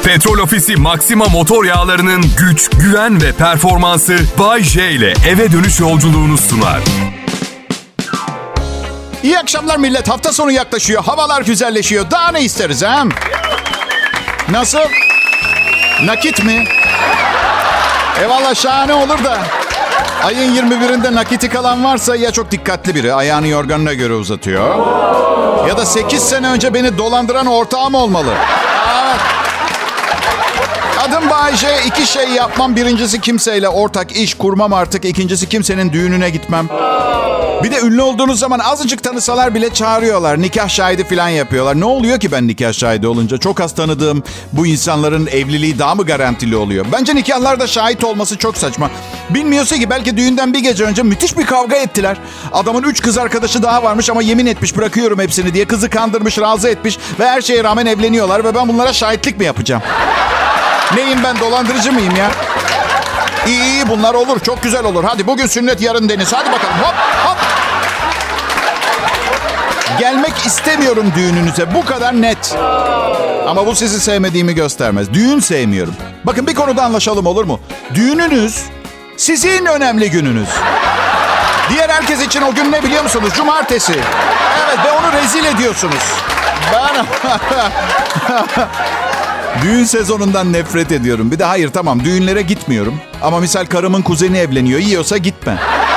Petrol Ofisi Maxima motor yağlarının güç, güven ve performansı Bay J ile eve dönüş yolculuğunu sunar. İyi akşamlar millet. Hafta sonu yaklaşıyor. Havalar güzelleşiyor. Daha ne isteriz ha? Nasıl? Nakit mi? Eyvallah, şahane olur da. Ayın 21'inde nakiti kalan varsa ya çok dikkatli biri, ayağını yorganına göre uzatıyor. Ya da 8 sene önce beni dolandıran ortağım olmalı. Evet. Adım Bay J. 2 şey yapmam. Birincisi kimseyle ortak iş kurmam artık. İkincisi kimsenin düğününe gitmem. Bir de ünlü olduğunuz zaman azıcık tanısalar bile çağırıyorlar. Nikah şahidi falan yapıyorlar. Ne oluyor ki ben nikah şahidi olunca? Çok az tanıdığım bu insanların evliliği daha mı garantili oluyor? Bence nikahlarda şahit olması çok saçma. Bilmiyorsa ki belki düğünden bir gece önce müthiş bir kavga ettiler. Adamın 3 kız arkadaşı daha varmış ama yemin etmiş bırakıyorum hepsini diye. Kızı kandırmış, razı etmiş ve her şeye rağmen evleniyorlar ve ben bunlara şahitlik mi yapacağım? Neyim ben, dolandırıcı mıyım ya? İyi, bunlar olur. Çok güzel olur. Hadi bugün sünnet, yarın deniz. Hadi bakalım. Hop hop. Gelmek istemiyorum düğününüze. Bu kadar net. Ama bu sizi sevmediğimi göstermez. Düğün sevmiyorum. Bakın bir konuda anlaşalım, olur mu? Düğününüz sizin önemli gününüz. Diğer herkes için o gün ne biliyor musunuz? Cumartesi. Evet, ve onu rezil ediyorsunuz. Ben... Düğün sezonundan nefret ediyorum. Bir de hayır, tamam, düğünlere gitmiyorum. Ama misal karımın kuzeni evleniyor. Yiyorsa gitme.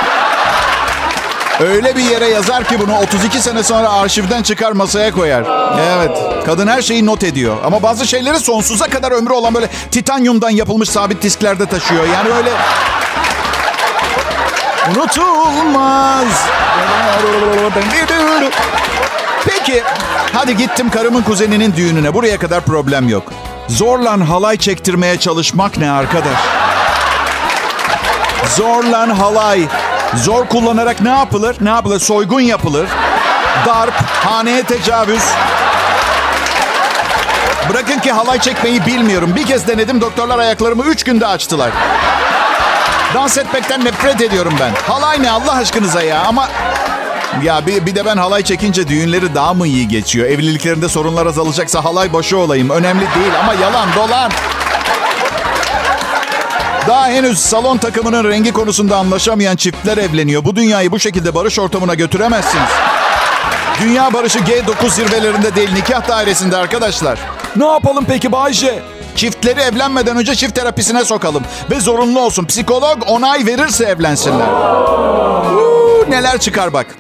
Öyle bir yere yazar ki bunu 32 sene sonra arşivden çıkar masaya koyar. Evet, kadın her şeyi not ediyor. Ama bazı şeyleri sonsuza kadar ömrü olan böyle titanyumdan yapılmış sabit disklerde taşıyor. Yani öyle... Unutulmaz. Peki, hadi gittim karımın kuzeninin düğününe. Buraya kadar problem yok. Zorla halay çektirmeye çalışmak ne arkadaş? Zorla halay. Zor kullanarak ne yapılır? Ne yapılır? Soygun yapılır. Darp, haneye tecavüz. Bırakın ki halay çekmeyi bilmiyorum. Bir kez denedim, doktorlar ayaklarımı 3 günde açtılar. Dans etmekten nefret ediyorum ben. Halay ne Allah aşkınıza ya, ama... Ya bir de ben halay çekince düğünleri daha mı iyi geçiyor? Evliliklerinde sorunlar azalacaksa halay başı olayım. Önemli değil ama yalan dolan. Daha henüz salon takımının rengi konusunda anlaşamayan çiftler evleniyor. Bu dünyayı bu şekilde barış ortamına götüremezsiniz. Dünya barışı G9 zirvelerinde değil, nikah dairesinde arkadaşlar. Ne yapalım peki Bay J? Çiftleri evlenmeden önce çift terapisine sokalım. Ve zorunlu olsun. Psikolog onay verirse evlensinler. Neler çıkar bak.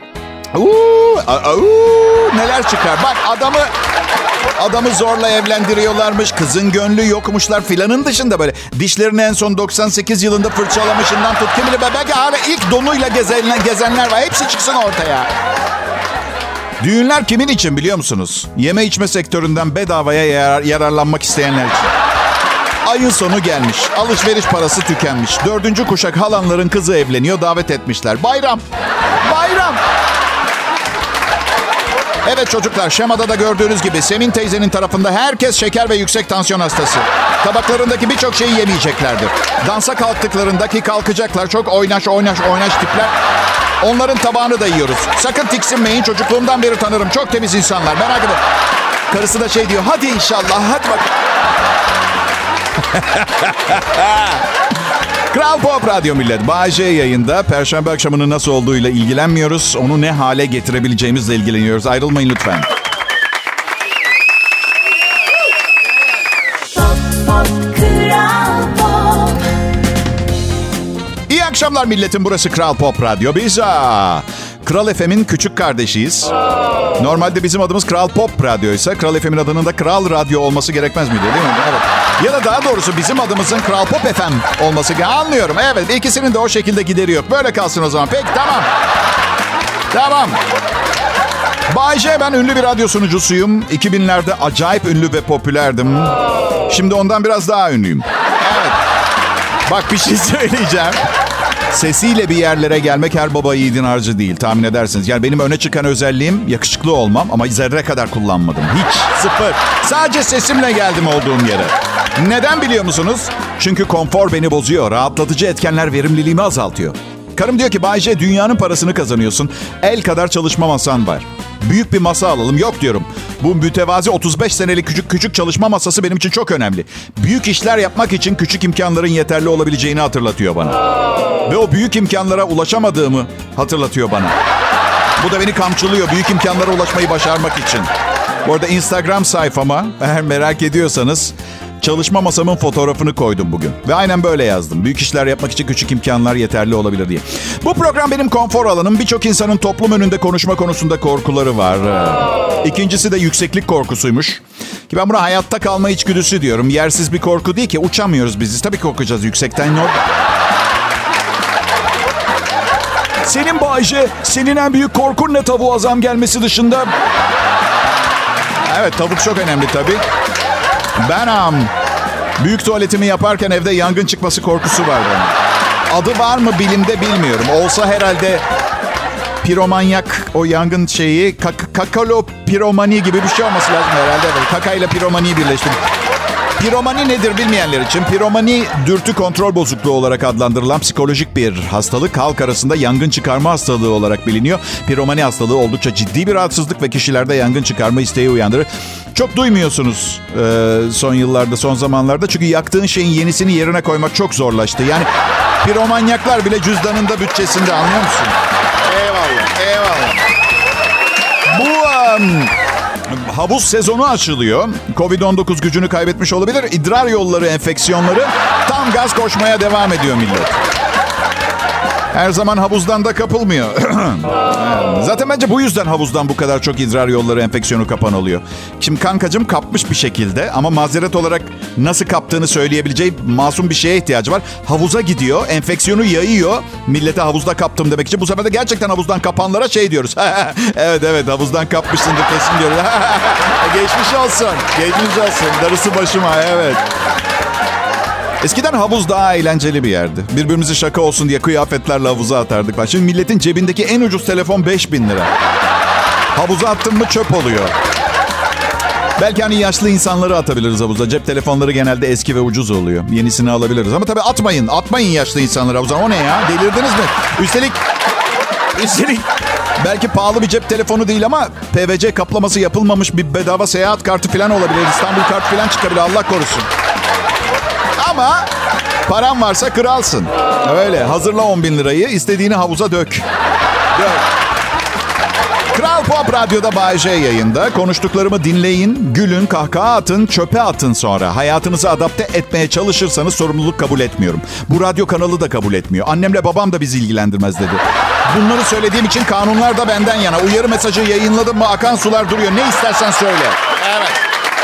Neler çıkar. Bak adamı zorla evlendiriyorlarmış. Kızın gönlü yokmuşlar filanın dışında böyle. Dişlerini en son 98 yılında fırçalamışından tut. Kim bilir bebek hala ilk donuyla gezenler var. Hepsi çıksın ortaya. Düğünler kimin için biliyor musunuz? Yeme içme sektöründen bedavaya yararlanmak isteyenler için. Ayın sonu gelmiş. Alışveriş parası tükenmiş. 4. kuşak halanların kızı evleniyor. Davet etmişler. Bayram. Bayram. Evet çocuklar, şemada da gördüğünüz gibi Semin teyzenin tarafında herkes şeker ve yüksek tansiyon hastası. Tabaklarındaki birçok şeyi yemeyeceklerdir. Dansa kalktıklarındaki kalkacaklar. Çok oynaş tipler. Onların tabağını da yiyoruz. Sakın tiksinmeyin, çocukluğumdan beri tanırım. Çok temiz insanlar, merak etme. Karısı da şey diyor, hadi inşallah, hadi bak. Kral Pop Radyo millet. Bay J yayında. Perşembe akşamının nasıl olduğuyla ilgilenmiyoruz. Onu ne hale getirebileceğimizle ilgileniyoruz. Ayrılmayın lütfen. İyi akşamlar milletim. Burası Kral Pop Radyo. Biz Kral FM'in küçük kardeşiyiz. Normalde bizim adımız Kral Pop Radyo'ysa Kral FM'in adının da Kral Radyo olması gerekmez miydi, değil mi? Evet. Ya da daha doğrusu bizim adımızın Kral Pop FM olması gerekiyor. Anlıyorum. Evet, ikisinin de o şekilde gideri yok. Böyle kalsın o zaman. Peki, tamam. Tamam. Bay J, ben ünlü bir radyo sunucusuyum. 2000'lerde acayip ünlü ve popülerdim. Şimdi ondan biraz daha ünlüyüm. Evet. Bak bir şey söyleyeceğim. Sesiyle bir yerlere gelmek her baba yiğidin harcı değil, tahmin edersiniz. Yani benim öne çıkan özelliğim yakışıklı olmam ama zerre kadar kullanmadım. Hiç, sıfır. Sadece sesimle geldim olduğum yere. Neden biliyor musunuz? Çünkü konfor beni bozuyor. Rahatlatıcı etkenler verimliliğimi azaltıyor. Karım diyor ki Bay J, dünyanın parasını kazanıyorsun. El kadar çalışma masan var. Büyük bir masa alalım. Yok diyorum. Bu mütevazi 35 senelik küçük çalışma masası benim için çok önemli. Büyük işler yapmak için küçük imkanların yeterli olabileceğini hatırlatıyor bana. Ve o büyük imkanlara ulaşamadığımı hatırlatıyor bana. Bu da beni kamçılıyor büyük imkanlara ulaşmayı başarmak için. Bu arada Instagram sayfama eğer merak ediyorsanız çalışma masamın fotoğrafını koydum bugün. Ve aynen böyle yazdım. Büyük işler yapmak için küçük imkanlar yeterli olabilir diye. Bu program benim konfor alanım. Birçok insanın toplum önünde konuşma konusunda korkuları var. İkincisi de yükseklik korkusuymuş. Ki ben buna hayatta kalma içgüdüsü diyorum. Yersiz bir korku değil ki. Uçamıyoruz biz. Tabii korkacağız yüksekten. Senin Bayce, senin en büyük korkun ne tavuğa zam gelmesi dışında? Evet, tavuk çok önemli tabii. Ben büyük tuvaletimi yaparken evde yangın çıkması korkusu var benim. Adı var mı bilimde bilmiyorum. Olsa herhalde piromanyak o yangın şeyi kakalopiromani gibi bir şey olması lazım herhalde. Kakayla piromaniyi birleştirdim. Piromani nedir bilmeyenler için? Piromani dürtü kontrol bozukluğu olarak adlandırılan psikolojik bir hastalık. Halk arasında yangın çıkarma hastalığı olarak biliniyor. Piromani hastalığı oldukça ciddi bir rahatsızlık ve kişilerde yangın çıkarma isteği uyandırır. Çok duymuyorsunuz son yıllarda, son zamanlarda. Çünkü yaktığın şeyin yenisini yerine koymak çok zorlaştı. Yani piromanyaklar bile cüzdanında, bütçesinde, anlıyor musun? Eyvallah, eyvallah. Bu havuz sezonu açılıyor. Covid-19 gücünü kaybetmiş olabilir. İdrar yolları enfeksiyonları tam gaz koşmaya devam ediyor millet. Her zaman havuzdan da kapılmıyor. Zaten bence bu yüzden havuzdan bu kadar çok idrar yolları enfeksiyonu kapan oluyor. Şimdi kankacığım kapmış bir şekilde ama mazeret olarak nasıl kaptığını söyleyebileceği masum bir şeye ihtiyacı var. Havuza gidiyor, enfeksiyonu yayıyor. Millete havuzda kaptım demek için. Bu sefer de gerçekten havuzdan kapanlara şey diyoruz. evet havuzdan kapmışsındır kesin diyoruz. Geçmiş olsun. Geçmiş olsun. Darısı başıma, evet. Eskiden havuz daha eğlenceli bir yerdi. Birbirimizi şaka olsun diye kıyafetlerle havuza atardık. Şimdi milletin cebindeki en ucuz telefon 5.000 lira. Havuza attın mı çöp oluyor. Belki hani yaşlı insanları atabiliriz havuza. Cep telefonları genelde eski ve ucuz oluyor. Yenisini alabiliriz. Ama tabii atmayın. Atmayın yaşlı insanları havuza. O ne ya? Delirdiniz mi? Üstelik belki pahalı bir cep telefonu değil ama PVC kaplaması yapılmamış bir bedava seyahat kartı falan olabilir. İstanbul kartı falan çıkabilir. Allah korusun. Ama paran varsa kralsın. Öyle hazırla 10.000 lirayı, istediğini havuza dök. Kral Pop Radyo'da Bay J yayında. Konuştuklarımı dinleyin, gülün, kahkaha atın, çöpe atın sonra. Hayatınızı adapte etmeye çalışırsanız sorumluluk kabul etmiyorum. Bu radyo kanalı da kabul etmiyor. Annemle babam da bizi ilgilendirmez dedi. Bunları söylediğim için kanunlar da benden yana. Uyarı mesajı yayınladım mı akan sular duruyor. Ne istersen söyle. Evet.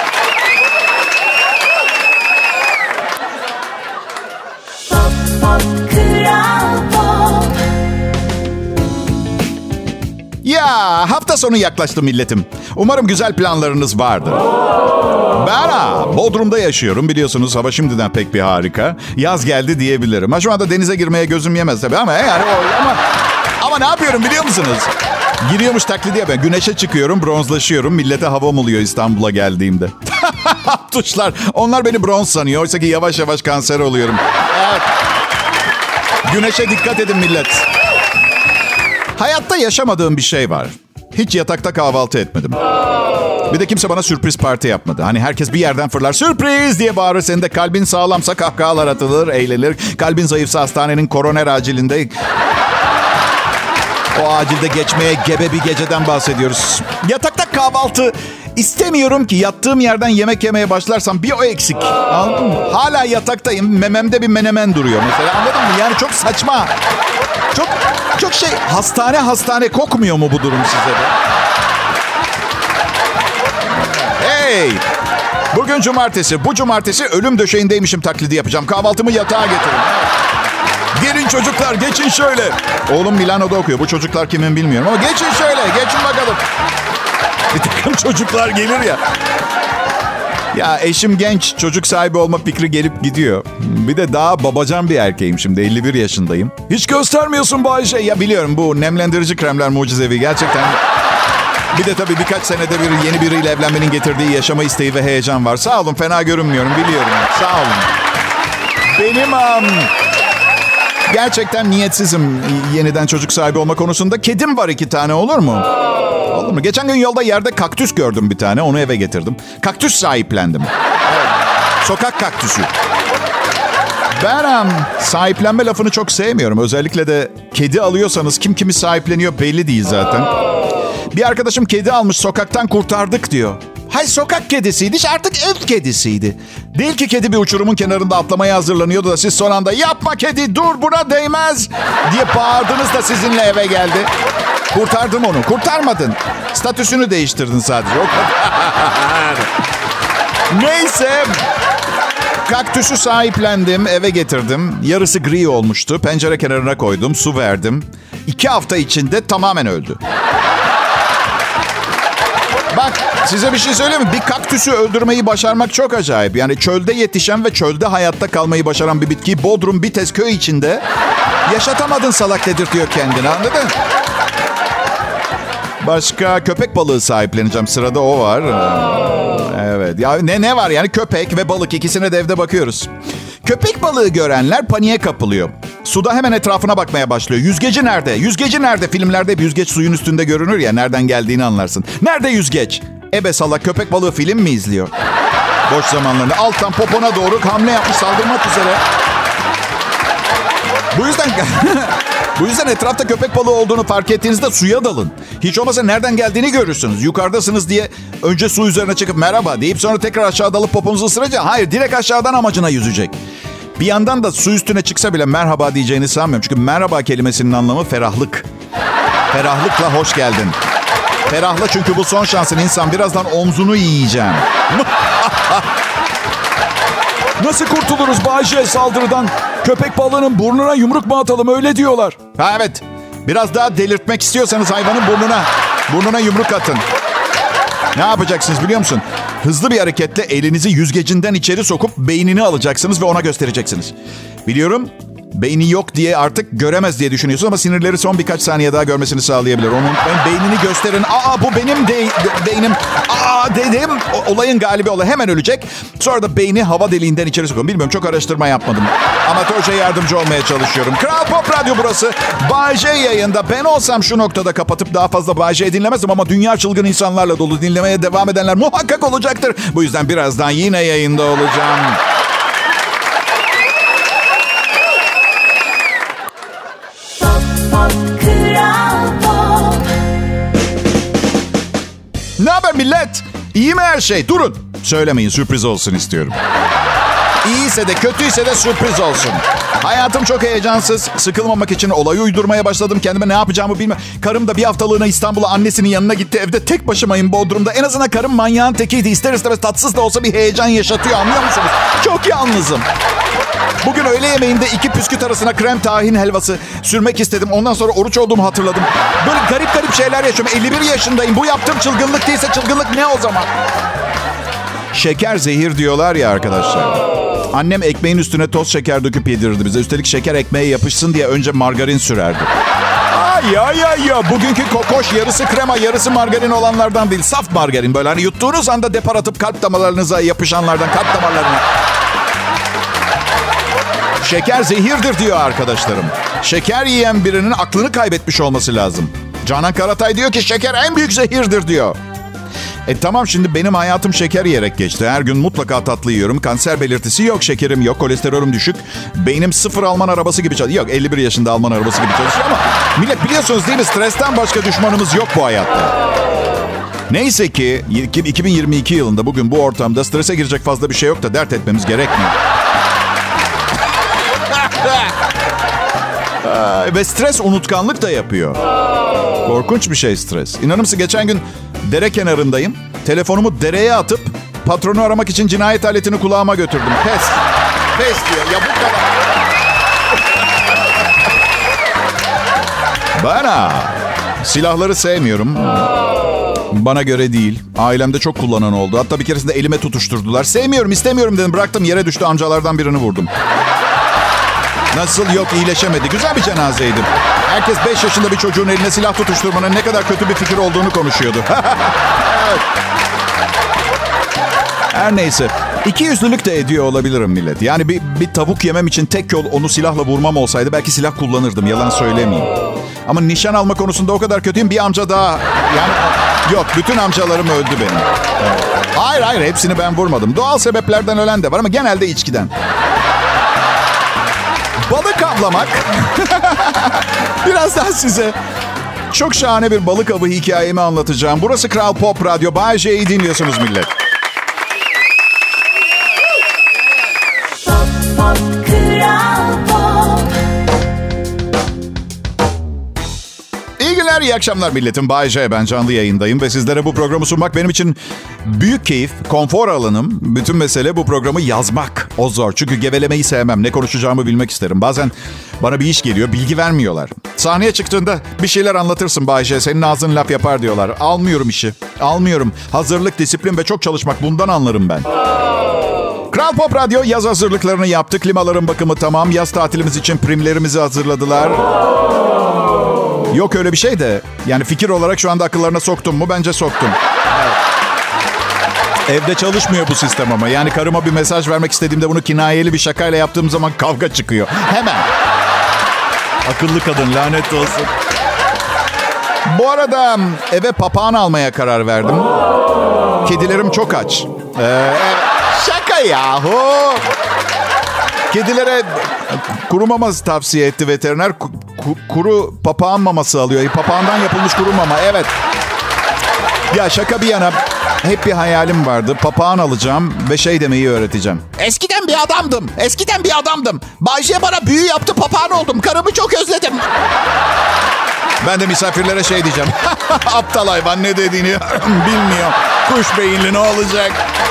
Ya hafta sonu yaklaştı milletim. Umarım güzel planlarınız vardır. Ben Bodrum'da yaşıyorum. Biliyorsunuz hava şimdiden pek bir harika. Yaz geldi diyebilirim. Şu anda denize girmeye gözüm yemez tabii ama yani ama ne yapıyorum biliyor musunuz? Giriyormuş taklidi yapıyorum. Güneşe çıkıyorum, bronzlaşıyorum. Millete havam oluyor İstanbul'a geldiğimde. Tuşlar. Onlar beni bronz sanıyor. Oysa ki yavaş yavaş kanser oluyorum. Evet. Güneşe dikkat edin millet. Hayatta yaşamadığım bir şey var. Hiç yatakta kahvaltı etmedim. Bir de kimse bana sürpriz parti yapmadı. Hani herkes bir yerden fırlar, sürpriz diye bağırır. Senin de kalbin sağlamsa kahkahalar atılır, eğlenir. Kalbin zayıfsa hastanenin koroner acilinde... O acilde geçmeye gebe bir geceden bahsediyoruz. Yatakta kahvaltı istemiyorum ki yattığım yerden yemek yemeye başlarsam bir o eksik. Anladın mı? Hala yataktayım. Mememde bir menemen duruyor mesela. Anladın mı? Yani çok saçma. Çok şey hastane kokmuyor mu bu durum size de? Hey! Bugün cumartesi. Bu cumartesi ölüm döşeğindeymişim taklidi yapacağım. Kahvaltımı yatağa getirin. Gelin çocuklar geçin şöyle. Oğlum Milano'da okuyor. Bu çocuklar kimin bilmiyorum ama geçin şöyle. Geçin bakalım. Bir takım çocuklar gelir ya. Ya eşim genç, çocuk sahibi olma fikri gelip gidiyor. Bir de daha babacan bir erkeğim şimdi. 51 yaşındayım. Hiç göstermiyorsun Bayce. Ya biliyorum bu nemlendirici kremler mucizevi. Gerçekten. Bir de tabii birkaç senede bir yeni biriyle evlenmenin getirdiği yaşama isteği ve heyecan var. Sağ olun, fena görünmüyorum biliyorum. Sağ olun. Benim gerçekten niyetsizim yeniden çocuk sahibi olma konusunda. Kedim var 2 tane, olur mu? Olur mu? Geçen gün yolda yerde kaktüs gördüm bir tane. Onu eve getirdim. Kaktüs sahiplendim. Evet. Sokak kaktüsü. Ben sahiplenme lafını çok sevmiyorum. Özellikle de kedi alıyorsanız kim kimi sahipleniyor belli değil zaten. Bir arkadaşım kedi almış, sokaktan kurtardık diyor. Hay sokak kedisiydi, artık ev kedisiydi. Değil ki kedi bir uçurumun kenarında atlamaya hazırlanıyordu da siz son anda yapma kedi dur buna değmez diye bağırdınız da sizinle eve geldi. Kurtardım onu. Kurtarmadın. Statüsünü değiştirdin sadece. O kadar. Neyse. Kaktüsü sahiplendim, eve getirdim. Yarısı gri olmuştu. Pencere kenarına koydum, su verdim. 2 hafta içinde tamamen öldü. Bak size bir şey söyleyeyim mi? Bir kaktüsü öldürmeyi başarmak çok acayip. Yani çölde yetişen ve çölde hayatta kalmayı başaran bir bitkiyi Bodrum Bitezköy içinde yaşatamadın salak dedirtiyor kendini, anladın? Başka köpek balığı sahipleneceğim. Sırada o var. Evet. Ya ne var yani köpek ve balık ikisine de evde bakıyoruz. Köpek balığı görenler paniğe kapılıyor. Suda hemen etrafına bakmaya başlıyor. Yüzgeci nerede? Yüzgeci nerede? Filmlerde hep yüzgeç suyun üstünde görünür ya. Nereden geldiğini anlarsın. Nerede yüzgeç? Ebe salak köpek balığı film mi izliyor? Boş zamanlarında alttan popona doğru hamle yapmış saldırmak üzere. Bu yüzden etrafta köpek balığı olduğunu fark ettiğinizde suya dalın. Hiç olmazsa nereden geldiğini görürsünüz. Yukarıdasınız diye önce su üzerine çıkıp merhaba deyip sonra tekrar aşağı dalıp poponuzu ısıracak. Hayır, direkt aşağıdan amacına yüzecek. Bir yandan da su üstüne çıksa bile merhaba diyeceğini sanmıyorum. Çünkü merhaba kelimesinin anlamı ferahlık. Ferahlıkla hoş geldin. Ferahla çünkü bu son şansın insan. Birazdan omzunu yiyeceğim. Nasıl kurtuluruz Bay J saldırıdan? Köpek balığının burnuna yumruk mu atalım öyle diyorlar. Ha evet. Biraz daha delirtmek istiyorsanız hayvanın burnuna yumruk atın. Ne yapacaksınız biliyor musun? Hızlı bir hareketle elinizi yüzgecinden içeri sokup beynini alacaksınız ve ona göstereceksiniz. Biliyorum beyni yok diye artık göremez diye düşünüyorsun ama sinirleri son birkaç saniye daha görmesini sağlayabilir. Onun beynini gösterin. Aa bu benim beynim. Aa dedim. Olayın galibi olay. Hemen ölecek. Sonra da beyni hava deliğinden içeri sokun. Bilmiyorum çok araştırma yapmadım. Amatörce yardımcı olmaya çalışıyorum. Kral Pop Radyo burası. Bay J yayında. Ben olsam şu noktada kapatıp daha fazla Bay J dinlemezdim ama dünya çılgın insanlarla dolu, dinlemeye devam edenler muhakkak olacaktır. Bu yüzden birazdan yine yayında olacağım. Ne haber millet? İyi mi her şey? Durun. Söylemeyin, sürpriz olsun istiyorum. İyiyse de kötüyse de sürpriz olsun. Hayatım çok heyecansız. Sıkılmamak için olay uydurmaya başladım. Kendime ne yapacağımı bilmem. Karım da bir haftalığına İstanbul'a annesinin yanına gitti. Evde tek başımayım Bodrum'da. En azından karım manyağın tekiydi. İster istemez tatsız da olsa bir heyecan yaşatıyor, anlıyor musunuz? Çok yalnızım. Bugün öğle yemeğinde 2 püsküt arasına krem tahin helvası sürmek istedim. Ondan sonra oruç olduğumu hatırladım. Böyle garip şeyler yaşıyorum. 51 yaşındayım. Bu yaptığım çılgınlık değilse çılgınlık ne o zaman? Şeker zehir diyorlar ya arkadaşlar. Annem ekmeğin üstüne toz şeker döküp yedirirdi bize. Üstelik şeker ekmeğe yapışsın diye önce margarin sürerdi. Ya. Bugünkü kokoş yarısı krema yarısı margarin olanlardan değil. Saf margarin böyle hani yuttuğunuz anda depar atıp kalp damarlarınıza yapışanlardan, kalp damarlarına. Şeker zehirdir diyor arkadaşlarım. Şeker yiyen birinin aklını kaybetmiş olması lazım. Canan Karatay diyor ki şeker en büyük zehirdir diyor. Tamam şimdi benim hayatım şeker yiyerek geçti. Her gün mutlaka tatlı yiyorum. Kanser belirtisi yok, şekerim yok, kolesterolüm düşük. Beynim 0 Alman arabası gibi çalışıyor. Yok 51 yaşında Alman arabası gibi çalışıyor ama millet biliyorsunuz değil mi? Stresten başka düşmanımız yok bu hayatta. Neyse ki 2022 yılında bugün bu ortamda strese girecek fazla bir şey yok da dert etmemiz gerekmiyor. Ve stres unutkanlık da yapıyor. Korkunç bir şey stres. İnanır mısın geçen gün dere kenarındayım. Telefonumu dereye atıp patronu aramak için cinayet aletini kulağıma götürdüm. Pes diyor. Ya bu kadar. Bana silahları sevmiyorum. Bana göre değil. Ailemde çok kullanan oldu. Hatta bir keresinde elime tutuşturdular. Sevmiyorum, istemiyorum dedim. Bıraktım yere düştü. Amcalardan birini vurdum. Nasıl yok iyileşemedi. Güzel bir cenazeydi. Herkes 5 yaşında bir çocuğun eline silah tutuşturmanın ne kadar kötü bir fikir olduğunu konuşuyordu. Evet. Her neyse. İkiyüzlülük de ediyor olabilirim millet. Yani bir tavuk yemem için tek yol onu silahla vurmam olsaydı belki silah kullanırdım. Yalan söylemeyeyim. Ama nişan alma konusunda o kadar kötüyüm. Bir amca daha yani yok, bütün amcalarım öldü benim. Evet. Hayır hepsini ben vurmadım. Doğal sebeplerden ölen de var ama genelde içkiden. Balık avlamak. Birazdan size çok şahane bir balık avı hikayemi anlatacağım. Burası Kral Pop Radyo. Bay J'yi dinliyorsunuz millet. İyi akşamlar milletim. Bay J, ben canlı yayındayım ve sizlere bu programı sunmak benim için büyük keyif, konfor alanım. Bütün mesele bu programı yazmak. O zor. Çünkü gevelemeyi sevmem. Ne konuşacağımı bilmek isterim. Bazen bana bir iş geliyor, bilgi vermiyorlar. Sahneye çıktığında bir şeyler anlatırsın Bay J, senin ağzın laf yapar diyorlar. Almıyorum işi. Almıyorum. Hazırlık, disiplin ve çok çalışmak, bundan anlarım ben. Kral Pop Radyo yaz hazırlıklarını yaptı. Klimaların bakımı tamam. Yaz tatilimiz için primlerimizi hazırladılar. Yok öyle bir şey de. Yani fikir olarak şu anda akıllarına soktum mu? Bence soktum. Evet. Evde çalışmıyor bu sistem ama. Yani karıma bir mesaj vermek istediğimde bunu kinayeli bir şakayla yaptığım zaman kavga çıkıyor. Hemen. Akıllı kadın, lanet olsun. Bu arada eve papağan almaya karar verdim. Kedilerim çok aç. Şaka yahu. Kedilere kuru maması tavsiye etti veteriner. Kuru papağan maması alıyor. Papağandan yapılmış kuru mama. Evet. Ya şaka bir yana, hep bir hayalim vardı. Papağan alacağım ve şey demeyi öğreteceğim. Eskiden bir adamdım. Bay J bana büyü yaptı, papağan oldum. Karımı çok özledim. Ben de misafirlere şey diyeceğim. Aptal hayvan ne dediğini bilmiyor. Kuş beyinli ne olacak?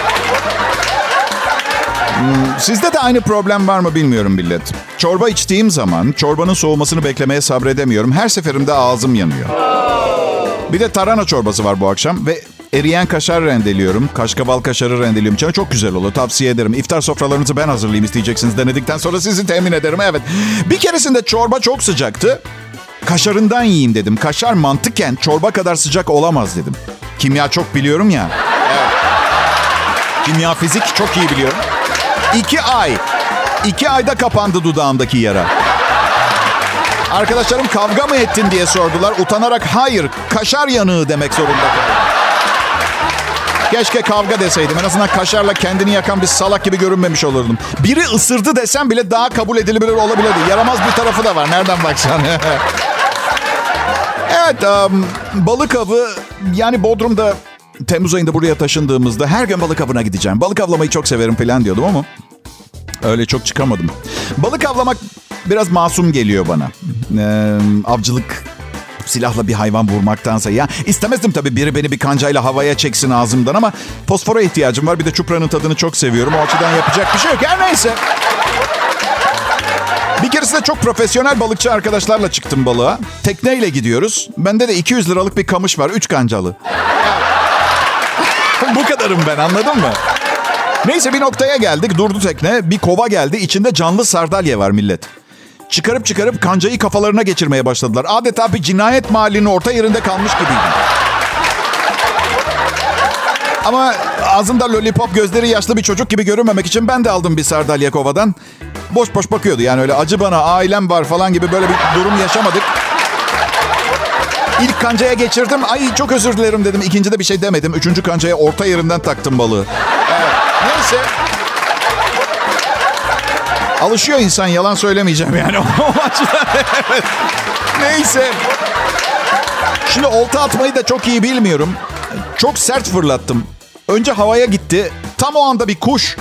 Sizde de aynı problem var mı bilmiyorum millet. Çorba içtiğim zaman çorbanın soğumasını beklemeye sabredemiyorum. Her seferinde ağzım yanıyor. Bir de tarhana çorbası var bu akşam ve eriyen kaşar rendeliyorum. Kaşkaval kaşarı rendeliyorum. İçine çok güzel olur. Tavsiye ederim. İftar sofralarınızı ben hazırlayayım isteyeceksiniz. Denedikten sonra sizi temin ederim. Evet. Bir keresinde çorba çok sıcaktı. Kaşarından yiyeyim dedim. Kaşar mantıken çorba kadar sıcak olamaz dedim. Kimya çok biliyorum ya. Evet. Kimya, fizik çok iyi biliyorum. 2 ay. 2 ayda kapandı dudağımdaki yara. Arkadaşlarım kavga mı ettin diye sordular. Utanarak hayır, kaşar yanığı demek zorunda kaldım. Keşke kavga deseydim. En azından kaşarla kendini yakan bir salak gibi görünmemiş olurdum. Biri ısırdı desem bile daha kabul edilebilir olabilirdi. Yaramaz bir tarafı da var. Nereden baksan. Evet, balık avı. Yani Bodrum'da Temmuz ayında buraya taşındığımızda her gün balık avına gideceğim. Balık avlamayı çok severim falan diyordum ama öyle çok çıkamadım. Balık avlamak biraz masum geliyor bana. Avcılık, silahla bir hayvan vurmaktansa. Ya istemezdim tabii biri beni bir kancayla havaya çeksin ağzımdan ama fosfora ihtiyacım var. Bir de çupranın tadını çok seviyorum. O açıdan yapacak bir şey yok. Her neyse. Bir keresinde çok profesyonel balıkçı arkadaşlarla çıktım balığa. Tekneyle gidiyoruz. Bende de 200 liralık bir kamış var. 3 kancalı. Bu kadarım ben, anladın mı? Neyse bir noktaya geldik. Durdu tekne. Bir kova geldi. İçinde canlı sardalya var millet. Çıkarıp kancayı kafalarına geçirmeye başladılar. Adeta bir cinayet mahallinin orta yerinde kalmış gibiydim. Ama ağzında lollipop, gözleri yaşlı bir çocuk gibi görünmemek için ben de aldım bir sardalya kovadan. Boş boş bakıyordu yani, öyle acı bana, ailem var falan gibi böyle bir durum yaşamadık. İlk kancaya geçirdim. Ay çok özür dilerim dedim. İkincide bir şey demedim. 3. kancaya orta yerinden taktım balığı. Evet. Neyse. Alışıyor insan, yalan söylemeyeceğim yani. O açıdan evet. Neyse. Şimdi olta atmayı da çok iyi bilmiyorum. Çok sert fırlattım. Önce havaya gitti. Tam o anda bir kuş.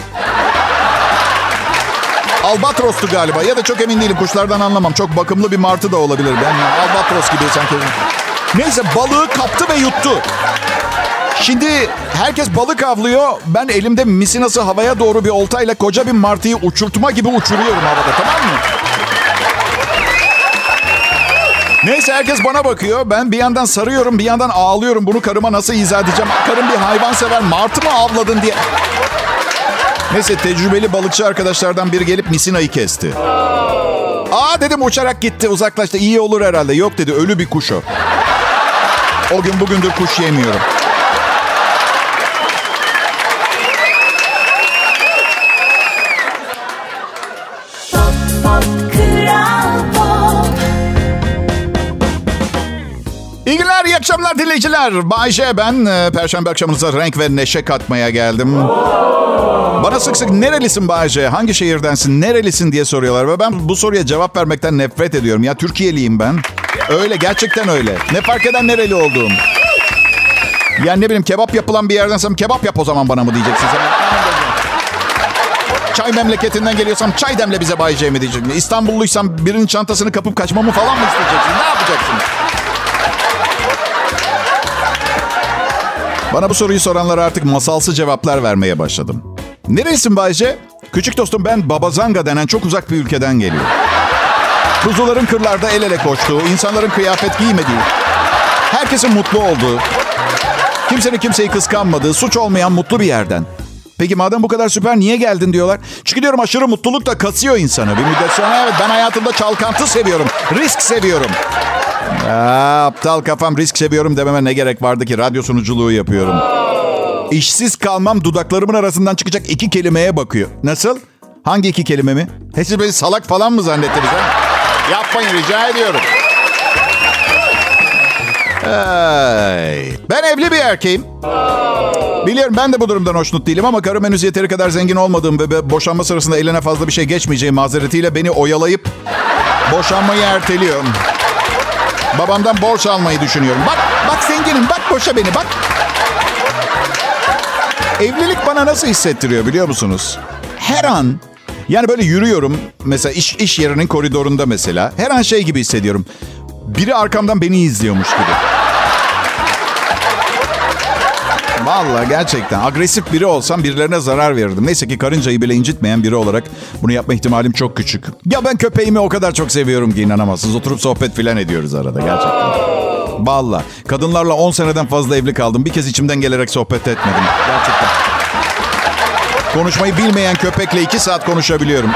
Albatros'tu galiba. Ya da çok emin değilim. Kuşlardan anlamam. Çok bakımlı bir martı da olabilir. Ben albatros gibi sanki. Neyse balığı kaptı ve yuttu. Şimdi herkes balık avlıyor. Ben elimde misinası havaya doğru bir oltayla koca bir martıyı uçurtma gibi uçuruyorum havada, tamam mı? Neyse herkes bana bakıyor. Ben bir yandan sarıyorum, bir yandan ağlıyorum. Bunu karıma nasıl izah edeceğim? Karım bir hayvansever, martı mı avladın diye. Neyse tecrübeli balıkçı arkadaşlardan biri gelip misinayı kesti. Aa dedim, uçarak gitti, uzaklaştı. İyi olur herhalde. Yok dedi, ölü bir kuş o. O gün bugündür kuş yemiyorum. akşamlar dinleyiciler. Bay J ben. Perşembe akşamınıza renk ve neşe katmaya geldim. Bana sık sık nerelisin Bay J, hangi şehirdensin, nerelisin diye soruyorlar. Ve ben bu soruya cevap vermekten nefret ediyorum. Ya Türkiye'liyim ben. Öyle, gerçekten öyle. Ne fark eden nereli olduğum. Yani ne bileyim, kebap yapılan bir yerdensem kebap yap o zaman bana mı diyeceksin? Çay memleketinden geliyorsam çay demle bize Bay J mi diyeceksin? İstanbulluysam birinin çantasını kapıp kaçmamı falan mı isteyeceksin? Ne yapacaksın? Bana bu soruyu soranlara artık masalsı cevaplar vermeye başladım. Nerelisin Bay J? Küçük dostum, ben Babazanga denen çok uzak bir ülkeden geliyorum. Kuzuların kırlarda el ele koştuğu, insanların kıyafet giymediği, herkesin mutlu olduğu, kimsenin kimseyi kıskanmadığı, suç olmayan mutlu bir yerden. Peki madem bu kadar süper niye geldin diyorlar. Çünkü diyorum aşırı mutluluk da kasıyor insanı. Bir müddet sonra evet, ben hayatımda çalkantı seviyorum. Risk seviyorum. Aptal kafam, risk seviyorum dememe ne gerek vardı ki, radyo sunuculuğu yapıyorum. İşsiz kalmam dudaklarımın arasından çıkacak 2 kelimeye bakıyor. Nasıl? Hangi 2 kelime mi? Siz beni salak falan mı zannettiniz ha? Yapmayın, rica ediyorum. Ben evli bir erkeğim. Biliyorum ben de bu durumdan hoşnut değilim ama karım henüz yeteri kadar zengin olmadığım ve boşanma sırasında eline fazla bir şey geçmeyeceği mazeretiyle beni oyalayıp boşanmayı erteliyor. Babamdan borç almayı düşünüyorum. Bak zenginim, bak boşa beni, bak. Evlilik bana nasıl hissettiriyor biliyor musunuz? Her an, yani böyle yürüyorum mesela iş yerinin koridorunda mesela. Her an şey gibi hissediyorum. Biri arkamdan beni izliyormuş gibi. Vallahi gerçekten agresif biri olsam birilerine zarar verirdim. Neyse ki karıncayı bile incitmeyen biri olarak bunu yapma ihtimalim çok küçük. Ya ben köpeğimi o kadar çok seviyorum ki inanamazsınız. Oturup sohbet filan ediyoruz arada gerçekten. Vallahi kadınlarla 10 seneden fazla evli kaldım. Bir kez içimden gelerek sohbet etmedim. Gerçekten. Konuşmayı bilmeyen köpekle 2 saat konuşabiliyorum.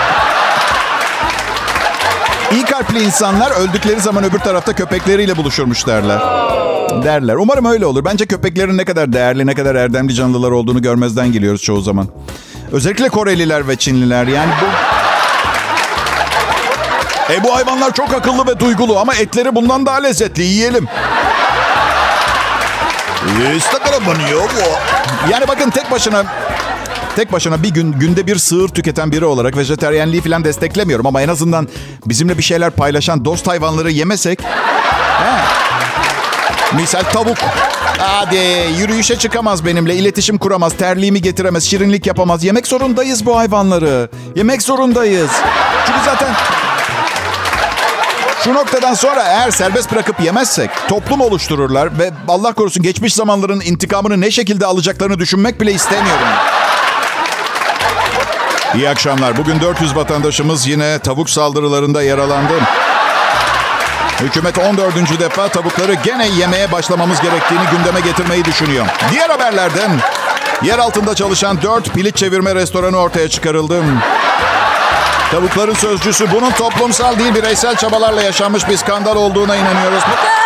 İyi kalpli insanlar öldükleri zaman öbür tarafta köpekleriyle buluşurmuş derler. Umarım öyle olur. Bence köpeklerin ne kadar değerli, ne kadar erdemli canlılar olduğunu görmezden geliyoruz çoğu zaman. Özellikle Koreliler ve Çinliler. Yani bu hayvanlar çok akıllı ve duygulu ama etleri bundan daha lezzetli. Yiyelim. Yani bakın tek başına bir günde bir sığır tüketen biri olarak vejetaryenliği falan desteklemiyorum. Ama en azından bizimle bir şeyler paylaşan dost hayvanları yemesek. Misal tavuk. Hadi yürüyüşe çıkamaz benimle, iletişim kuramaz, terliğimi getiremez, şirinlik yapamaz. Yemek zorundayız bu hayvanları. Yemek zorundayız. Çünkü zaten şu noktadan sonra eğer serbest bırakıp yemezsek toplum oluştururlar ve Allah korusun geçmiş zamanların intikamını ne şekilde alacaklarını düşünmek bile istemiyorum. İyi akşamlar. Bugün 400 vatandaşımız yine tavuk saldırılarında yaralandı. Hükümet 14. defa tavukları gene yemeye başlamamız gerektiğini gündeme getirmeyi düşünüyor. Diğer haberlerden yer altında çalışan 4 piliç çevirme restoranı ortaya çıkarıldı. Tavukların sözcüsü bunun toplumsal değil bireysel çabalarla yaşanmış bir skandal olduğuna inanıyoruz.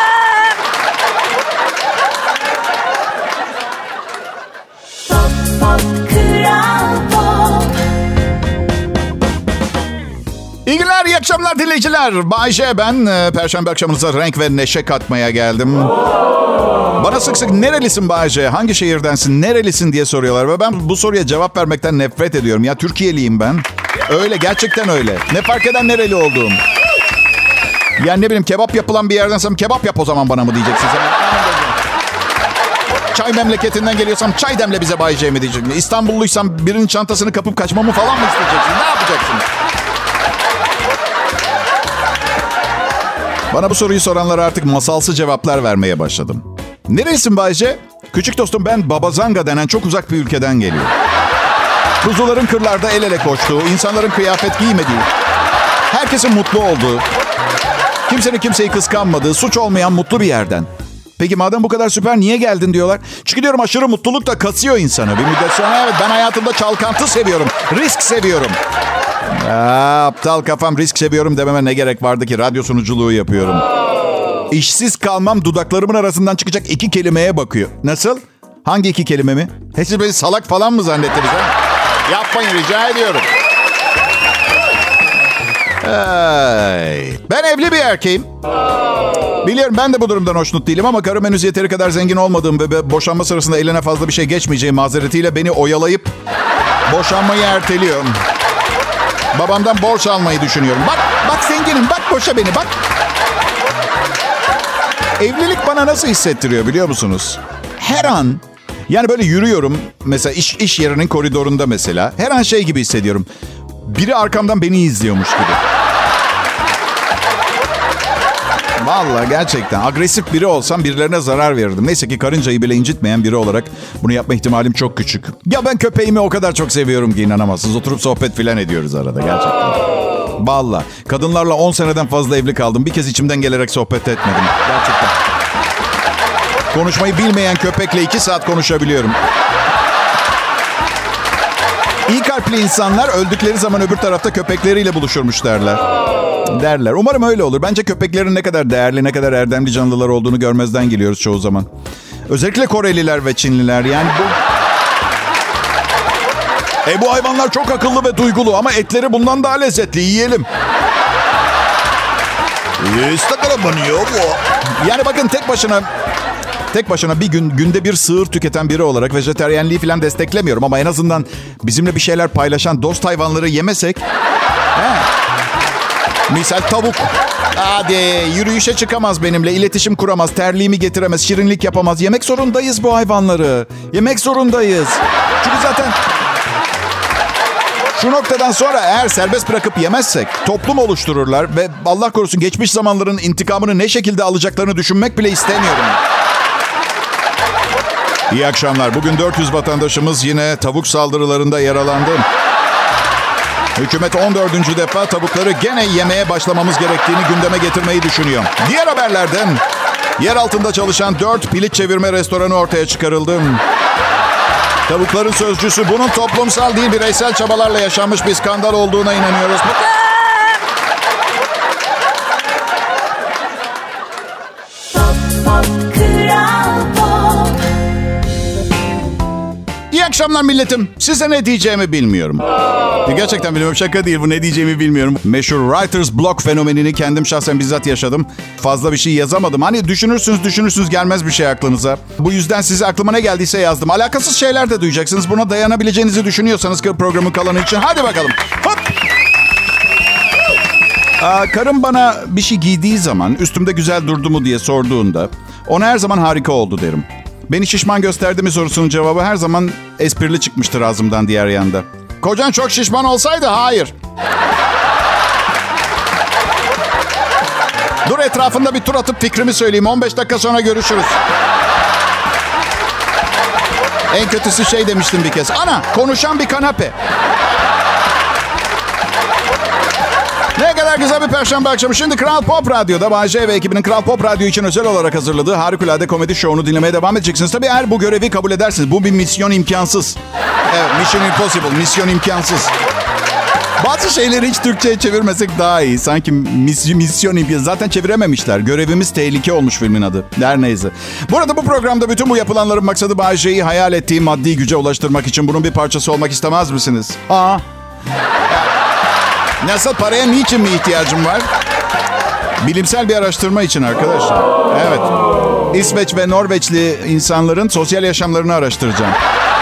İyi günler, iyi akşamlar dinleyiciler. Bay J ben. Perşembe akşamınıza renk ve neşe katmaya geldim. Bana sık sık nerelisin Bay J, hangi şehirdensin, nerelisin diye soruyorlar. Ve ben bu soruya cevap vermekten nefret ediyorum. Ya Türkiye'liyim ben. Öyle, gerçekten öyle. Ne fark eden nereli olduğum. Yani ne bileyim, kebap yapılan bir yerdensem kebap yap o zaman bana mı diyeceksin? Çay memleketinden geliyorsam çay demle bize Bay J mi diyeceksin? İstanbulluysam birinin çantasını kapıp kaçmamı falan mı isteyeceksin? Ne yapacaksın? Bana bu soruyu soranlara artık masalsı cevaplar vermeye başladım. Nerelisin Bay J? Küçük dostum, ben Babazanga denen çok uzak bir ülkeden geliyorum. Kuzuların kırlarda el ele koştuğu, insanların kıyafet giymediği, herkesin mutlu olduğu, kimsenin kimseyi kıskanmadığı, suç olmayan mutlu bir yerden. Peki madem bu kadar süper niye geldin diyorlar. Çünkü diyorum aşırı mutluluk da kasıyor insanı. Bir müddet sonra evet, ben hayatımda çalkantı seviyorum. Risk seviyorum. Aptal kafam, risk seviyorum dememe ne gerek vardı ki, radyo sunuculuğu yapıyorum. İşsiz kalmam dudaklarımın arasından çıkacak 2 kelimeye bakıyor. Nasıl? Hangi 2 kelime mi? Siz beni salak falan mı zannettiniz ha? Yapmayın, rica ediyorum. Ben evli bir erkeğim. Biliyorum ben de bu durumdan hoşnut değilim ama karım henüz yeteri kadar zengin olmadığım ve boşanma sırasında eline fazla bir şey geçmeyeceğim mazeretiyle beni oyalayıp boşanmayı erteliyor. Babamdan borç almayı düşünüyorum. Bak zenginim, bak boşa beni, bak. Evlilik bana nasıl hissettiriyor biliyor musunuz? Her an, yani böyle yürüyorum mesela iş yerinin koridorunda mesela. Her an şey gibi hissediyorum. Biri arkamdan beni izliyormuş gibi. Vallahi gerçekten agresif biri olsam birilerine zarar verirdim. Neyse ki karıncayı bile incitmeyen biri olarak bunu yapma ihtimalim çok küçük. Ya ben köpeğimi o kadar çok seviyorum ki inanamazsınız. Oturup sohbet filan ediyoruz arada gerçekten. Vallahi kadınlarla 10 seneden fazla evli kaldım. Bir kez içimden gelerek sohbet etmedim. Gerçekten. Konuşmayı bilmeyen köpekle 2 saat konuşabiliyorum. İyi kalpli insanlar öldükleri zaman öbür tarafta köpekleriyle buluşurmuş derler. Umarım öyle olur. Bence köpeklerin ne kadar değerli, ne kadar erdemli canlılar olduğunu görmezden geliyoruz çoğu zaman. Özellikle Koreliler ve Çinliler. Yani bu hayvanlar çok akıllı ve duygulu ama etleri bundan daha lezzetli. Yiyelim. Yani bakın tek başına günde bir sığır tüketen biri olarak vejetaryenliği falan desteklemiyorum ama en azından bizimle bir şeyler paylaşan dost hayvanları yemesek. Misal tavuk. Hadi yürüyüşe çıkamaz benimle, iletişim kuramaz, terliğimi getiremez, şirinlik yapamaz. Yemek zorundayız bu hayvanları. Yemek zorundayız. Çünkü zaten şu noktadan sonra eğer serbest bırakıp yemezsek toplum oluştururlar ve Allah korusun geçmiş zamanların intikamını ne şekilde alacaklarını düşünmek bile istemiyorum. İyi akşamlar. Bugün 400 vatandaşımız yine tavuk saldırılarında yaralandı. Hükümet 14. defa tavukları gene yemeye başlamamız gerektiğini gündeme getirmeyi düşünüyor. Diğer haberlerden yer altında çalışan 4 piliç çevirme restoranı ortaya çıkarıldı. Tavukların sözcüsü bunun toplumsal değil bireysel çabalarla yaşanmış bir skandal olduğuna inanıyoruz. İyi akşamlar milletim. Size ne diyeceğimi bilmiyorum. Gerçekten bilmiyorum. Şaka değil bu. Ne diyeceğimi bilmiyorum. Meşhur writer's block fenomenini kendim şahsen bizzat yaşadım. Fazla bir şey yazamadım. Hani düşünürsünüz gelmez bir şey aklınıza. Bu yüzden size aklıma ne geldiyse yazdım. Alakasız şeyler de duyacaksınız. Buna dayanabileceğinizi düşünüyorsanız programın kalanı için. Hadi bakalım. Hop. Karım bana bir şey giydiği zaman üstümde güzel durdu mu diye sorduğunda ona her zaman harika oldu derim. Beni şişman gösterdi mi sorusunun cevabı her zaman esprili çıkmıştır ağzımdan diğer yanda. Kocan çok şişman olsaydı hayır. Dur etrafında bir tur atıp fikrimi söyleyeyim. 15 dakika sonra görüşürüz. En kötüsü şey demiştim bir kez. Ana konuşan bir kanepe. Ne kadar güzel bir perşembe akşamı. Şimdi Kral Pop Radyo'da Bay J ve ekibinin Kral Pop Radyo için özel olarak hazırladığı harikulade komedi şovunu dinlemeye devam edeceksiniz. Tabii eğer bu görevi kabul edersiniz. Bu bir misyon imkansız. Evet, Mission Impossible, misyon imkansız. Bazı şeyleri hiç Türkçe'ye çevirmesek daha iyi. Sanki misyon imkansız. Zaten çevirememişler. Görevimiz tehlike olmuş filmin adı. Her neyse. Bu arada bu programda bütün bu yapılanların maksadı Bay J'yi hayal ettiği maddi güce ulaştırmak için bunun bir parçası olmak istemez misiniz? Nasıl paraya niçin mi ihtiyacım var? Bilimsel bir araştırma için arkadaşlar. Evet. İsveç ve Norveçli insanların sosyal yaşamlarını araştıracağım.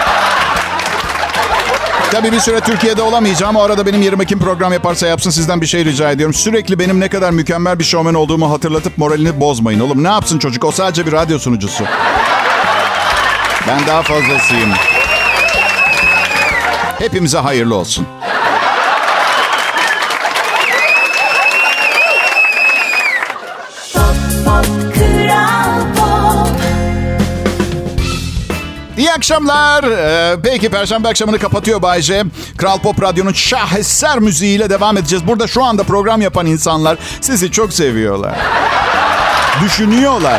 Tabii bir süre Türkiye'de olamayacağım. O arada benim yerime kim program yaparsa yapsın sizden bir şey rica ediyorum. Sürekli benim ne kadar mükemmel bir şovmen olduğumu hatırlatıp moralini bozmayın. Oğlum ne yapsın çocuk? O sadece bir radyo sunucusu. Ben daha fazlasıyım. Hepimize hayırlı olsun. İyi akşamlar. Peki Perşembe akşamını kapatıyor Bay J. Kral Pop Radyo'nun şaheser müziğiyle devam edeceğiz. Burada şu anda program yapan insanlar sizi çok seviyorlar. Düşünüyorlar.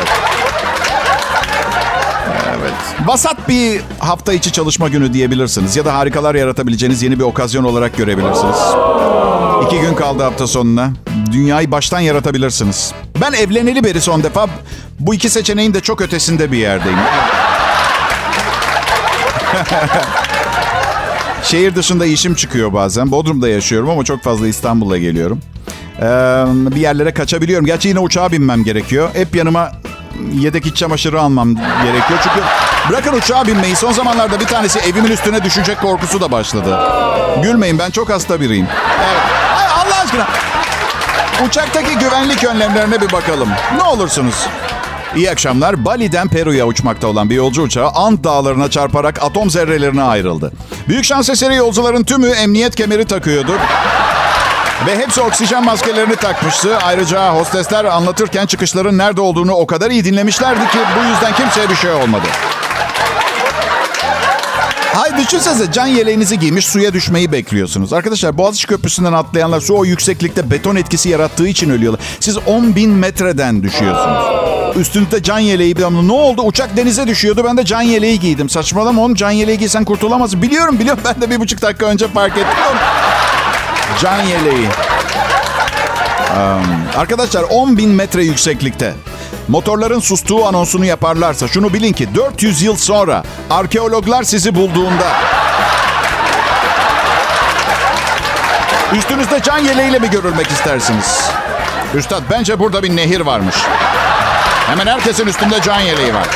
Evet. Vasat bir hafta içi çalışma günü diyebilirsiniz. Ya da harikalar yaratabileceğiniz yeni bir okazyon olarak görebilirsiniz. 2 gün kaldı hafta sonuna. Dünyayı baştan yaratabilirsiniz. Ben evleneli beri son defa bu iki seçeneğin de çok ötesinde bir yerdeyim. Şehir dışında işim çıkıyor bazen. Bodrum'da yaşıyorum ama çok fazla İstanbul'a geliyorum. Bir yerlere kaçabiliyorum. Gerçi yine uçağa binmem gerekiyor. Hep yanıma yedek iç çamaşırı almam gerekiyor. Çünkü bırakın uçağa binmeyi, son zamanlarda bir tanesi evimin üstüne düşecek korkusu da başladı. Gülmeyin, ben çok hasta biriyim. Evet. Ay, Allah aşkına. Uçaktaki güvenlik önlemlerine bir bakalım. Ne olursunuz. İyi akşamlar. Bali'den Peru'ya uçmakta olan bir yolcu uçağı Ant Dağları'na çarparak atom zerrelerine ayrıldı. Büyük şans eseri yolcuların tümü emniyet kemeri takıyordu. Ve hepsi oksijen maskelerini takmıştı. Ayrıca hostesler anlatırken çıkışların nerede olduğunu o kadar iyi dinlemişlerdi ki bu yüzden kimseye bir şey olmadı. Hayır, düşünsenize, can yeleğinizi giymiş suya düşmeyi bekliyorsunuz. Arkadaşlar, Boğaziçi Köprüsü'nden atlayanlar su o yükseklikte beton etkisi yarattığı için ölüyorlar. Siz 10.000 metreden düşüyorsunuz. Üstünde can yeleği. Ne oldu? Uçak denize düşüyordu. Ben de can yeleği giydim. Saçmalama oğlum, can yeleği giysen kurtulamazsın. Biliyorum. Ben de 1,5 dakika önce fark ettim. Can yeleği. Arkadaşlar, 10.000 metre yükseklikte motorların sustuğu anonsunu yaparlarsa şunu bilin ki 400 yıl sonra arkeologlar sizi bulduğunda üstünüzde can yeleğiyle mi görülmek istersiniz? Üstad, bence burada bir nehir varmış. Hemen herkesin üstünde can yeleği var.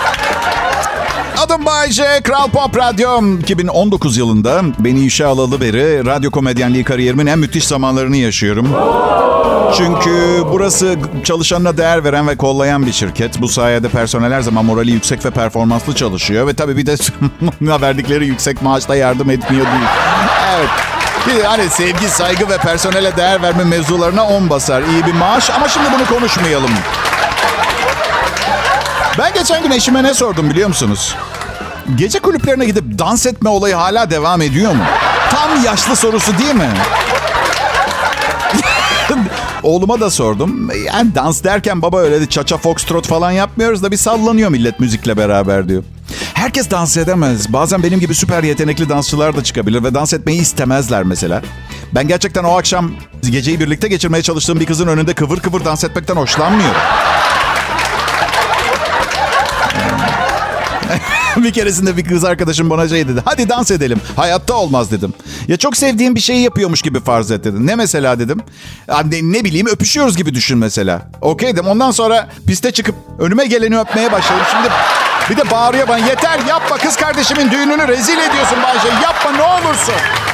Adım Bay J, Kral Pop Radyo. 2019 yılında beni işe alalı beri radyo komedyenliği kariyerimin en müthiş zamanlarını yaşıyorum. Çünkü burası çalışanına değer veren ve kollayan bir şirket. Bu sayede personel her zaman morali yüksek ve performanslı çalışıyor. Ve tabii bir de verdikleri yüksek maaşla yardım etmiyor değil. Evet. Bir de hani sevgi, saygı ve personele değer verme mevzularına 10 basar. İyi bir maaş ama şimdi bunu konuşmayalım. Ben geçen gün eşime ne sordum biliyor musunuz? Gece kulüplerine gidip dans etme olayı hala devam ediyor mu? Tam yaşlı sorusu değil mi? Oğluma da sordum. Yani dans derken baba öyle de cha-cha foxtrot falan yapmıyoruz da bir sallanıyor millet müzikle beraber diyor. Herkes dans edemez. Bazen benim gibi süper yetenekli dansçılar da çıkabilir ve dans etmeyi istemezler mesela. Ben gerçekten o akşam geceyi birlikte geçirmeye çalıştığım bir kızın önünde kıvır kıvır dans etmekten hoşlanmıyorum. Bir keresinde bir kız arkadaşım bana şey dedi. Hadi dans edelim. Hayatta olmaz dedim. Ya çok sevdiğim bir şeyi yapıyormuş gibi farz et dedi. Ne mesela dedim. Ne bileyim, öpüşüyoruz gibi düşün mesela. Okey dedim. Ondan sonra piste çıkıp önüme geleni öpmeye başladım. Şimdi bir de bağırıyor bana. Yeter yapma, kız kardeşimin düğününü rezil ediyorsun Bayce. Yapma ne olursun.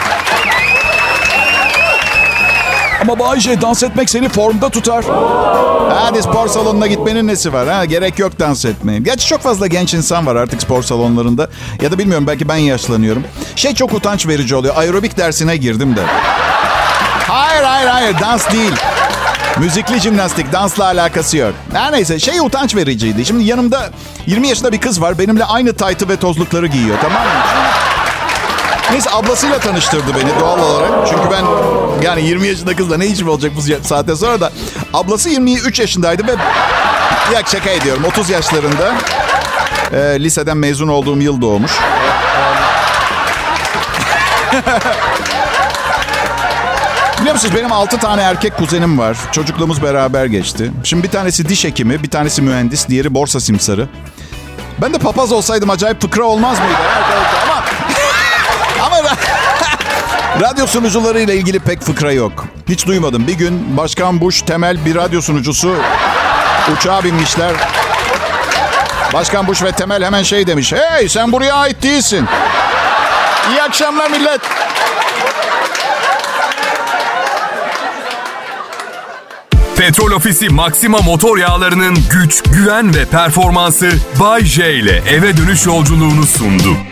Ama Bayce, dans etmek seni formda tutar. Hadi spor salonuna gitmenin nesi var? Ha? Gerek yok dans etmeye. Gerçi çok fazla genç insan var artık spor salonlarında. Ya da bilmiyorum, belki ben yaşlanıyorum. Çok utanç verici oluyor. Aerobik dersine girdim de. Hayır. Dans değil. Müzikli jimnastik. Dansla alakası yok. Her neyse, utanç vericiydi. Şimdi yanımda 20 yaşında bir kız var. Benimle aynı taytı ve tozlukları giyiyor. Tamam mı? Neyse, ablasıyla tanıştırdı beni doğal olarak. Çünkü ben yani 20 yaşında kızla ne işim olacak bu saatte sonra da. Ablası 23 yaşındaydı ve ya şaka ediyorum 30 yaşlarında. Liseden mezun olduğum yıl doğmuş. Biliyor musunuz, benim 6 tane erkek kuzenim var. Çocukluğumuz beraber geçti. Şimdi bir tanesi diş hekimi, bir tanesi mühendis, diğeri borsa simsarı. Ben de papaz olsaydım acayip fıkra olmaz mıydı? Ama radyo sunucularıyla ilgili pek fıkra yok. Hiç duymadım. Bir gün Başkan Bush Temel bir radyo sunucusu uçağa binmişler. Başkan Bush ve Temel hemen demiş. Hey, sen buraya ait değilsin. İyi akşamlar millet. Petrol Ofisi Maxima motor yağlarının güç, güven ve performansı Bay J ile eve dönüş yolculuğunu sundu.